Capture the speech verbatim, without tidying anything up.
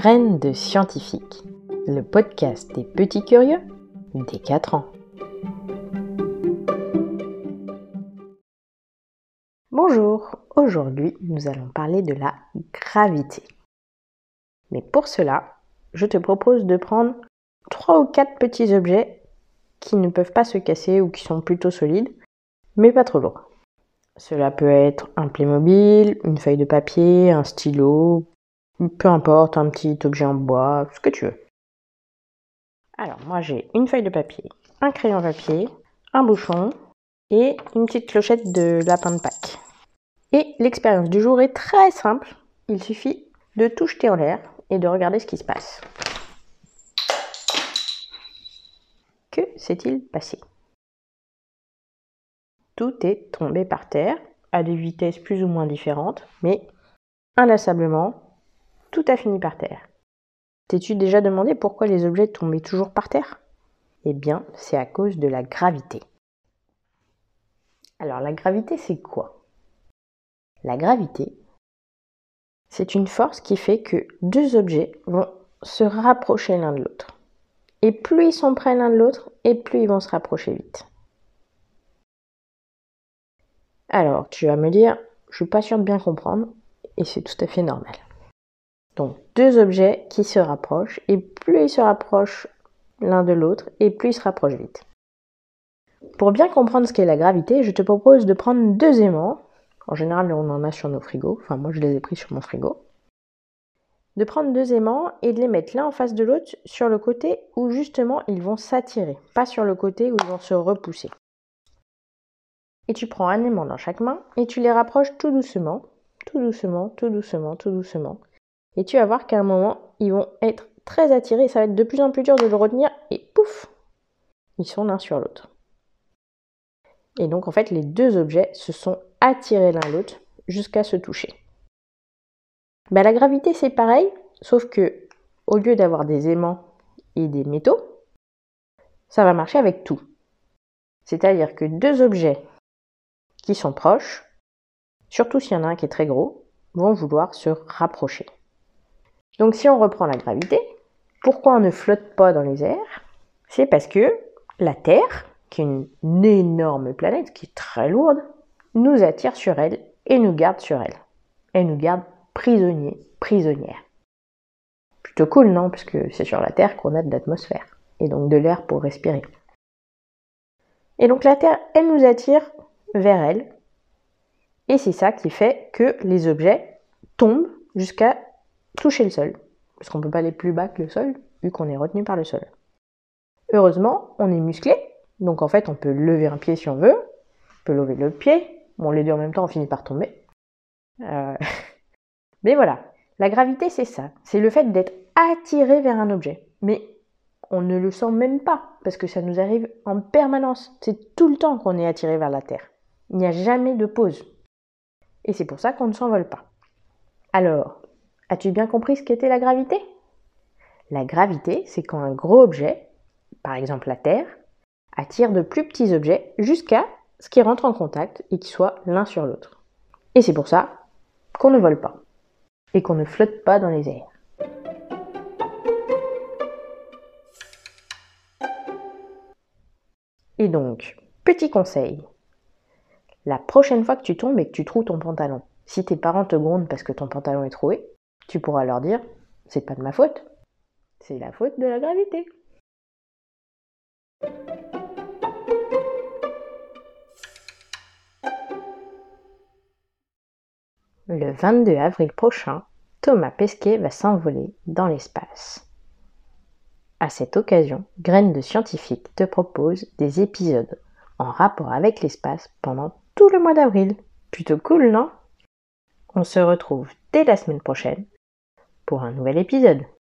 Graines de scientifique, le podcast des petits curieux des quatre ans. Bonjour, aujourd'hui nous allons parler de la gravité. Mais pour cela, je te propose de prendre trois ou quatre petits objets qui ne peuvent pas se casser ou qui sont plutôt solides, mais pas trop lourds. Cela peut être un Playmobil, une feuille de papier, un stylo, peu importe, un petit objet en bois, ce que tu veux. Alors moi j'ai une feuille de papier, un crayon papier, un bouchon et une petite clochette de lapin de Pâques. Et l'expérience du jour est très simple, il suffit de tout jeter en l'air et de regarder ce qui se passe. Que s'est-il passé ? Tout est tombé par terre, à des vitesses plus ou moins différentes, mais inlassablement, tout a fini par terre. T'es-tu déjà demandé pourquoi les objets tombaient toujours par terre ? Eh bien, c'est à cause de la gravité. Alors, la gravité, c'est quoi ? La gravité, c'est une force qui fait que deux objets vont se rapprocher l'un de l'autre. Et plus ils sont près l'un de l'autre, et plus ils vont se rapprocher vite. Alors, tu vas me dire, je suis pas sûre de bien comprendre, et c'est tout à fait normal. Donc, deux objets qui se rapprochent, et plus ils se rapprochent l'un de l'autre, et plus ils se rapprochent vite. Pour bien comprendre ce qu'est la gravité, je te propose de prendre deux aimants. En général, on en a sur nos frigos, enfin moi je les ai pris sur mon frigo. De prendre deux aimants et de les mettre l'un en face de l'autre sur le côté où justement ils vont s'attirer, pas sur le côté où ils vont se repousser. Et tu prends un aimant dans chaque main et tu les rapproches tout doucement, tout doucement, tout doucement, tout doucement. Et tu vas voir qu'à un moment, ils vont être très attirés et ça va être de plus en plus dur de le retenir et pouf, ils sont l'un sur l'autre. Et donc en fait, les deux objets se sont attirés l'un l'autre jusqu'à se toucher. Ben, la gravité c'est pareil, sauf que au lieu d'avoir des aimants et des métaux, ça va marcher avec tout. C'est-à-dire que deux objets qui sont proches, surtout s'il y en a un qui est très gros, vont vouloir se rapprocher. Donc si on reprend la gravité, pourquoi on ne flotte pas dans les airs ? C'est parce que la Terre, qui est une énorme planète, qui est très lourde, nous attire sur elle et nous garde sur elle. Elle nous garde prisonniers, prisonnières. Plutôt cool, non ? Parce que c'est sur la Terre qu'on a de l'atmosphère, et donc de l'air pour respirer. Et donc la Terre, elle nous attire vers elle, et c'est ça qui fait que les objets tombent jusqu'à toucher le sol, parce qu'on ne peut pas aller plus bas que le sol, vu qu'on est retenu par le sol. Heureusement, on est musclé, donc en fait on peut lever un pied si on veut, on peut lever l'autre pied, bon les deux en même temps on finit par tomber. Euh... Mais voilà, la gravité c'est ça, c'est le fait d'être attiré vers un objet, mais on ne le sent même pas, parce que ça nous arrive en permanence, c'est tout le temps qu'on est attiré vers la Terre, il n'y a jamais de pause, et c'est pour ça qu'on ne s'envole pas. Alors, as-tu bien compris ce qu'était la gravité ? La gravité, c'est quand un gros objet, par exemple la Terre, attire de plus petits objets jusqu'à ce qu'ils rentrent en contact et qu'ils soient l'un sur l'autre. Et c'est pour ça qu'on ne vole pas et qu'on ne flotte pas dans les airs. Et donc, petit conseil, la prochaine fois que tu tombes et que tu trouves ton pantalon, si tes parents te grondent parce que ton pantalon est troué, tu pourras leur dire « c'est pas de ma faute, c'est la faute de la gravité ». Le vingt-deux avril prochain, Thomas Pesquet va s'envoler dans l'espace. À cette occasion, Graines de scientifique te propose des épisodes en rapport avec l'espace pendant tout le mois d'avril. Plutôt cool, non ? On se retrouve dès la semaine prochaine pour un nouvel épisode.